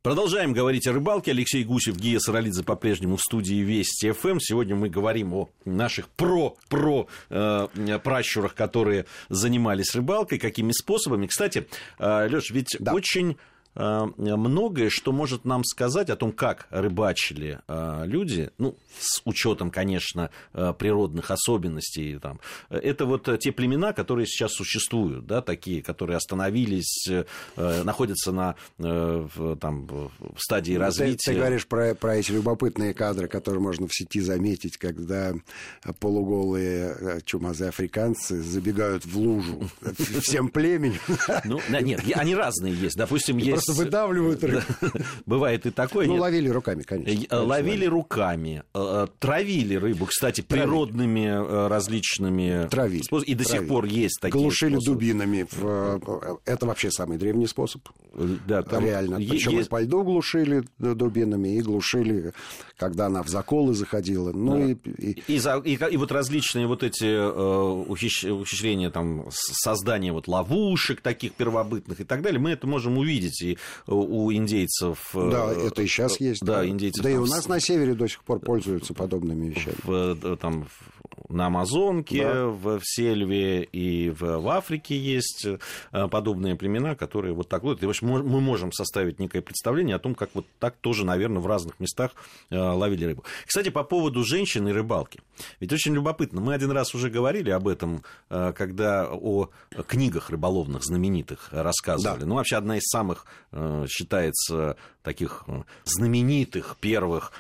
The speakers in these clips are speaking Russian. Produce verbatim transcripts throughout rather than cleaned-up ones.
Продолжаем говорить о рыбалке. Алексей Гусев, Гия Саралидзе по-прежнему в студии Вести ФМ. Сегодня мы говорим о наших про-про-пращурах, которые занимались рыбалкой, какими способами. Кстати, Лёш, ведь да. очень... многое, что может нам сказать о том, как рыбачили люди, ну, с учетом, конечно, природных особенностей. Там. Это вот те племена, которые сейчас существуют, да, такие, которые остановились, находятся на там, в стадии ну, развития. Ты, ты говоришь про, про эти любопытные кадры, которые можно в сети заметить, когда полуголые чумазые африканцы забегают в лужу всем племенем. Ну, нет, они разные есть. Допустим, есть... Просто выдавливают рыбу. Бывает и такое. Ну, ловили руками, конечно. Ловили руками. Травили рыбу, кстати, природными различными травили. способами. И до сих пор есть такие Глушили способы. Дубинами. Это вообще самый древний способ. Да, реально. Причем есть... и по льду глушили дубинами, и глушили, когда она в заколы заходила. Ну, да. и, и... И, за, и, и вот различные вот эти э, ухищ... ухищрения, там, создания вот ловушек таких первобытных и так далее, мы это можем увидеть и у индейцев. Да, это и сейчас есть. Да, да. индейцев. Да там, и у нас в... на севере до сих пор пользуются подобными вещами. В, там, на Амазонке, да. в, в Сельве и в, в Африке есть подобные племена, которые вот так вот. И, в общем, мы можем составить некое представление о том, как вот так тоже, наверное, в разных местах ловили рыбу. Кстати, по поводу женщин и рыбалки. Ведь очень любопытно. Мы один раз уже говорили об этом, когда о книгах рыболовных знаменитых рассказывали. Да. Ну, вообще, одна из самых, считается, таких знаменитых первых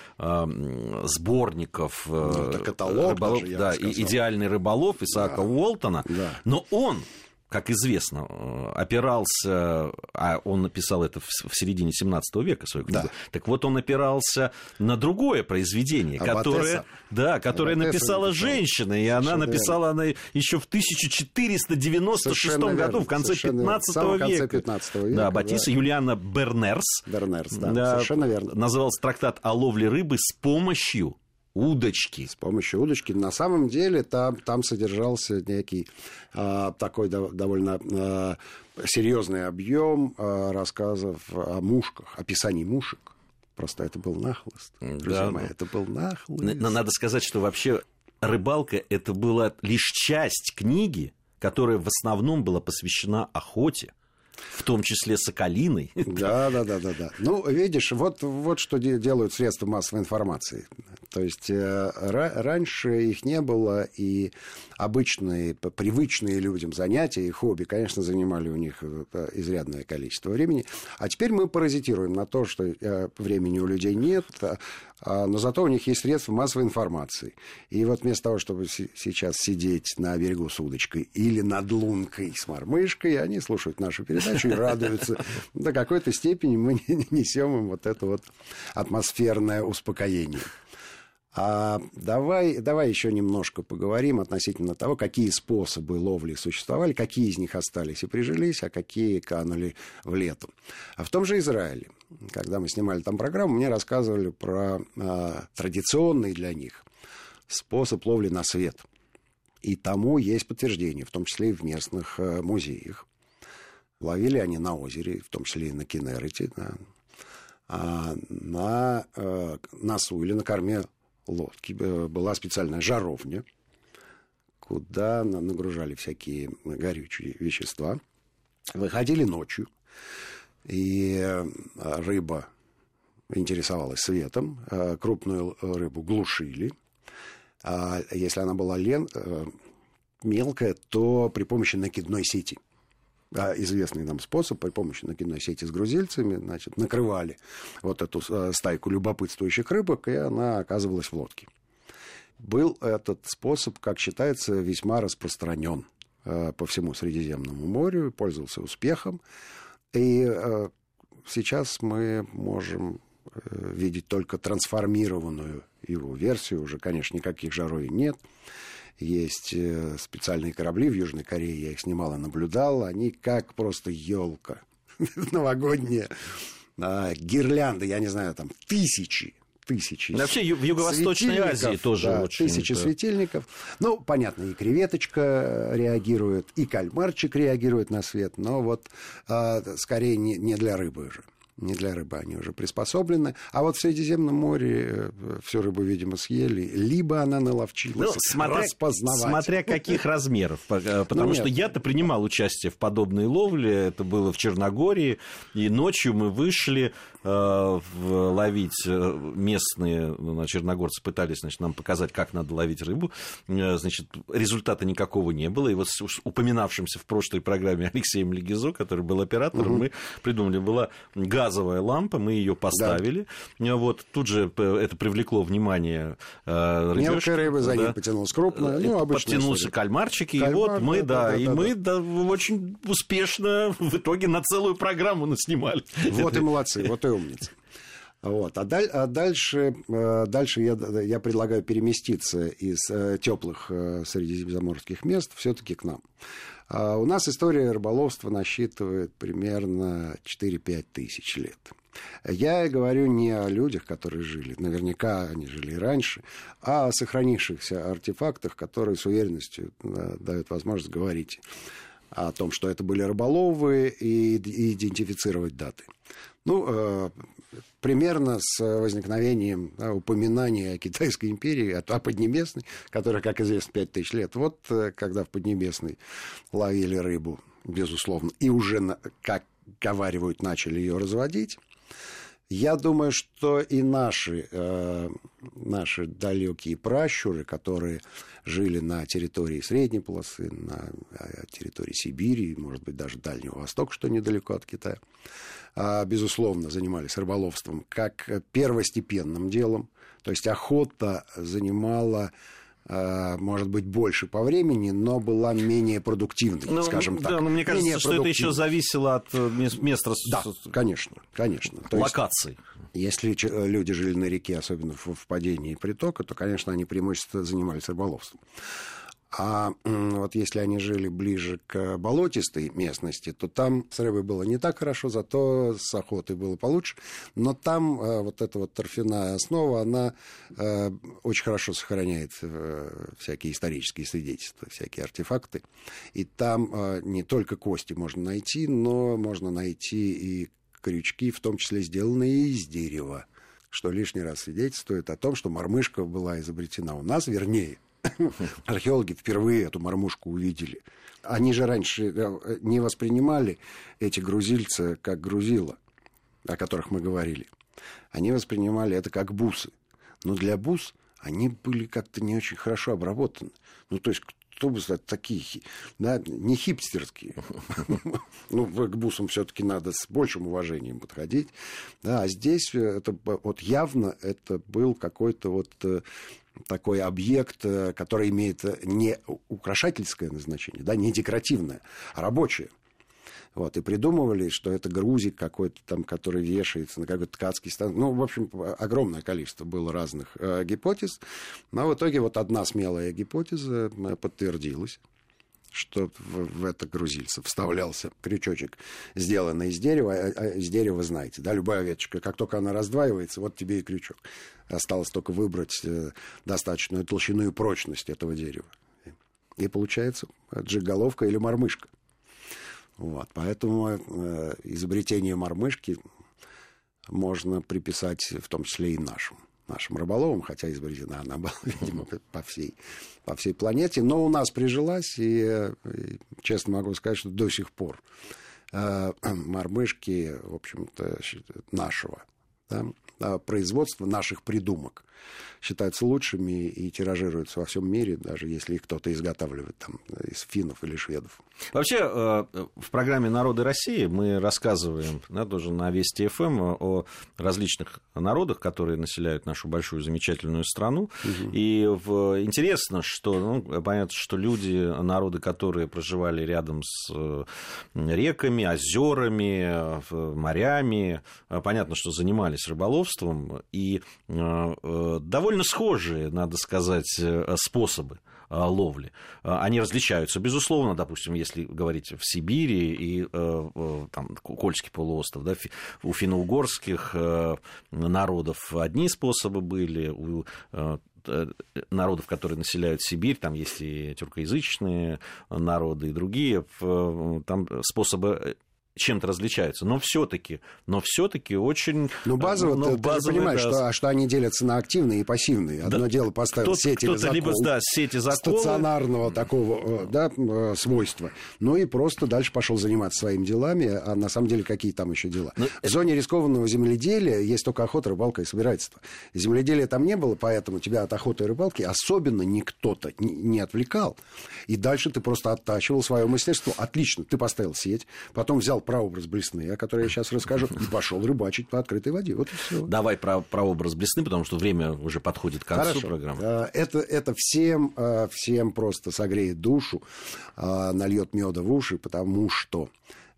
сборников ну, это каталог, рыболов, даже, да, «Идеальный рыболов» Исаака да. Уолтона. Да. Но он... как известно, опирался, а он написал это в середине семнадцатого века, свою книгу, да. так вот он опирался на другое произведение, которое, да, которое написала женщина, и она написала она еще в тысяча четыреста девяносто шестом году, в конце пятнадцатого века. пятнадцатого века. Да, Батиса да. Юлиана Бернерс. Бернерс, да, да, совершенно верно. Назывался трактат о ловле рыбы с помощью удочки. С помощью удочки. На самом деле там, там содержался некий а, такой до, довольно а, серьезный объем а, рассказов о мушках, описаний мушек. Просто это был нахлыст. Друзья да, мои, это был нахлыст. Но надо сказать, что вообще рыбалка — это была лишь часть книги, которая в основном была посвящена охоте. В том числе соколиной. Да, да, да, да, да. Ну, видишь, вот, вот что делают средства массовой информации. То есть э, раньше их не было, и обычные, привычные людям занятия и хобби, конечно, занимали у них изрядное количество времени. А теперь мы паразитируем на то, что э, времени у людей нет, а, но зато у них есть средства массовой информации. И вот вместо того, чтобы с- сейчас сидеть на берегу с удочкой или над лункой с мормышкой, они слушают нашу передачу и радуются. До какой-то степени мы несем им вот это вот атмосферное успокоение. А давай, давай еще немножко поговорим относительно того, какие способы ловли существовали, какие из них остались и прижились, а какие канули в лету. А в том же Израиле, когда мы снимали там программу, мне рассказывали про а, традиционный для них способ ловли на свет. И тому есть подтверждение, в том числе и в местных а, музеях. Ловили они на озере, в том числе и на Кенерете, да, а на а, носу или на корме лодки была специальная жаровня, куда нагружали всякие горючие вещества. Выходили ночью, и рыба интересовалась светом, крупную рыбу глушили. А если она была лен... мелкая, то при помощи накидной сети. Известный нам способ, при помощи накидной сети с грузильцами, значит, накрывали вот эту стайку любопытствующих рыбок, и она оказывалась в лодке. Был этот способ, как считается, весьма распространен по всему Средиземному морю, пользовался успехом. И сейчас мы можем видеть только трансформированную его версию, уже, конечно, никаких жаровин нет. Есть специальные корабли в Южной Корее, я их снимал и наблюдал. Они как просто елка новогодняя. А, гирлянды, я не знаю, там тысячи, тысячи. Вообще в Юго-Восточной Азии тоже да, очень. Тысячи это... светильников. Ну, понятно, и креветочка реагирует, и кальмарчик реагирует на свет, но вот а, скорее не, не для рыбы же. Не для рыбы они уже приспособлены. А вот в Средиземном море всю рыбу, видимо, съели. Либо она наловчилась ну, смотря, распознавать. Смотря каких размеров. Потому ну, что я-то принимал участие в подобной ловле. Это было в Черногории. И ночью мы вышли э, ловить. Местные ну, черногорцы пытались значит, нам показать, как надо ловить рыбу. Значит, результата никакого не было. И вот с упоминавшимся в прошлой программе Алексеем Легизо, который был оператором, угу. мы придумали, была газовая лампа, мы ее поставили. Да. Вот, тут же это привлекло внимание э, рыбешки. Мелкая рыба за да. ним потянулась, крупная. Ну, подтянулся кальмарчик, и Кальмар, вот мы, да, да, да, и да, мы да. Да, очень успешно в итоге на целую программу наснимали. Вот и молодцы, вот и умницы. Вот. А, даль, а дальше, дальше я, я предлагаю переместиться из теплых средиземноморских мест все-таки к нам. У нас история рыболовства насчитывает примерно четыре-пять тысяч лет. Я говорю не о людях, которые жили, наверняка они жили и раньше, а о сохранившихся артефактах, которые с уверенностью дают возможность говорить о том, что это были рыболовы, и идентифицировать даты. Ну, э, примерно с возникновением да, упоминания о Китайской империи, о, о Поднебесной, которая, как известно, пять тысяч лет. Вот когда в Поднебесной ловили рыбу, безусловно, и уже, на, как говаривают, начали ее разводить, я думаю, что и наши, э, наши далекие пращуры, которые жили на территории Средней полосы, на территории Сибири, может быть, даже Дальнего Востока, что недалеко от Китая, э, безусловно, занимались рыболовством как первостепенным делом. То есть охота занимала... может быть, больше по времени, но была менее продуктивной, ну, скажем так. Да, но мне кажется, менее что это еще зависело от места... Да, конечно, конечно. Локаций. Если люди жили на реке, особенно в впадении притока, то, конечно, они преимущественно занимались рыболовством. А вот если они жили ближе к болотистой местности, то там с рыбой было не так хорошо, зато с охотой было получше. Но там вот эта вот торфяная основа, она очень хорошо сохраняет всякие исторические свидетельства, всякие артефакты. И там не только кости можно найти, но можно найти и крючки, в том числе сделанные из дерева, что лишний раз свидетельствует о том, что мормышка была изобретена у нас, вернее, археологи впервые эту мормушку увидели. Они же раньше не воспринимали эти грузильцы как грузила, о которых мы говорили. Они воспринимали это как бусы. Но для бус они были как-то не очень хорошо обработаны. Ну, то есть, кто бы сказать, такие, да, не хипстерские. Ну, к бусам все-таки надо с большим уважением подходить. Да, а здесь это вот явно это был какой-то вот... такой объект, который имеет не украшательское назначение, да, не декоративное, а рабочее. Вот, и придумывали, что это грузик какой-то там, который вешается на какой-то ткацкий станок. Ну, в общем, огромное количество было разных э, гипотез. Но в итоге вот одна смелая гипотеза подтвердилась, что в, в это грузильце вставлялся крючочек, сделанный из дерева. А, а из дерева, знаете, да, любая веточка, как только она раздваивается, вот тебе и крючок. Осталось только выбрать достаточную толщину и прочность этого дерева. И получается джиг-головка или мормышка. Вот. Поэтому э, изобретение мормышки можно приписать в том числе и нашим, нашим рыболовам, хотя изобретена она была, видимо, по всей, по всей планете. Но у нас прижилась, и, и честно могу сказать, что до сих пор э, мормышки, в общем-то, нашего, да, производства, наших придумок считаются лучшими и тиражируются во всем мире, даже если их кто-то изготавливает там, из финнов или шведов. Вообще, в программе «Народы России» мы рассказываем, да, тоже на Вести ФМ о различных народах, которые населяют нашу большую замечательную страну. Угу. И в... интересно, что, ну, понятно, что люди, народы, которые проживали рядом с реками, озерами, морями, понятно, что занимались рыболовством, и довольно схожие, надо сказать, способы ловли. Они различаются, безусловно, допустим, если говорить в Сибири и там, Кольский полуостров, да, у финно-угорских народов одни способы были, у народов, которые населяют Сибирь, там есть и тюркоязычные народы, и другие, там способы чем-то различаются, но все-таки, но все-таки очень... Ну, базово, ну, ты, базово, ты же понимаешь, да. что, что они делятся на активные и пассивные. Одно да, дело поставил сеть или закол, либо, да, сеть и заколы. стационарного такого, да, свойства, ну и просто дальше пошел заниматься своими делами, а на самом деле какие там еще дела. Но... В зоне рискованного земледелия есть только охота, рыбалка и собирательство. Земледелия там не было, поэтому тебя от охоты и рыбалки особенно никто-то не отвлекал. И дальше ты просто оттачивал свое мастерство. Отлично, ты поставил сеть, потом взял прообраз блесны, о которой я сейчас расскажу, и пошел рыбачить по открытой воде. Вот и все. Давай про прообраз блесны, потому что время уже подходит к концу Хорошо. программы. Это, это всем, всем просто согреет душу, нальет меда в уши, потому что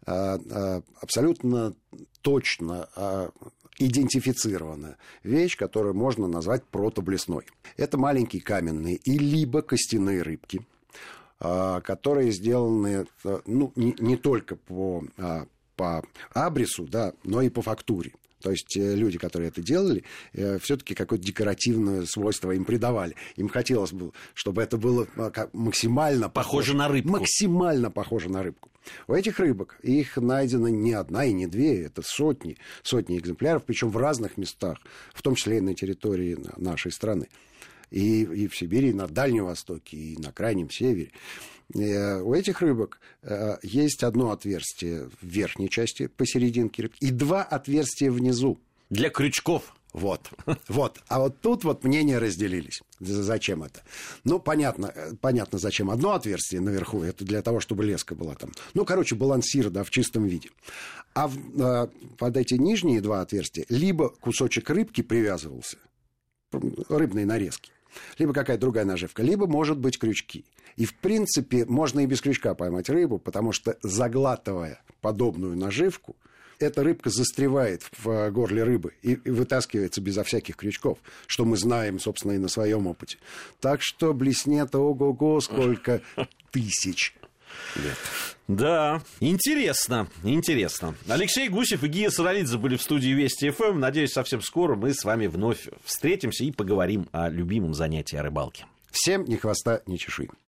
абсолютно точно идентифицирована вещь, которую можно назвать протоблесной. Это маленькие каменные и либо костяные рыбки, которые сделаны ну, не, не только по, по абрису, да, но и по фактуре. То есть люди, которые это делали, все-таки какое-то декоративное свойство им придавали. Им хотелось бы, чтобы это было максимально похоже, похоже на рыбку. Максимально похоже на рыбку. У этих рыбок их найдено не одна и не две, это сотни, сотни экземпляров, причем в разных местах, в том числе и на территории нашей страны. И, и в Сибири, и на Дальнем Востоке, и на Крайнем Севере. У этих рыбок есть одно отверстие в верхней части, посерединке рыбки, и два отверстия внизу. Для крючков. Вот, вот. А вот тут вот мнения разделились. Зачем это? Ну, понятно, понятно, зачем одно отверстие наверху. Это для того, чтобы леска была там. Ну, короче, балансир, да, в чистом виде. А в, а, под эти нижние два отверстия либо кусочек рыбки привязывался, рыбной нарезки, либо какая-то другая наживка, либо, может быть, крючки. И, в принципе, можно и без крючка поймать рыбу, потому что, заглатывая подобную наживку, эта рыбка застревает в горле рыбы и вытаскивается безо всяких крючков, что мы знаем, собственно, и на своем опыте. Так что блесне-то ого-го сколько тысяч лет. Да, интересно, интересно. Алексей Гусев и Гия Саралидзе были в студии Вести ФМ. Надеюсь, совсем скоро мы с вами вновь встретимся и поговорим о любимом занятии, о рыбалке. Всем ни хвоста, ни чешуи.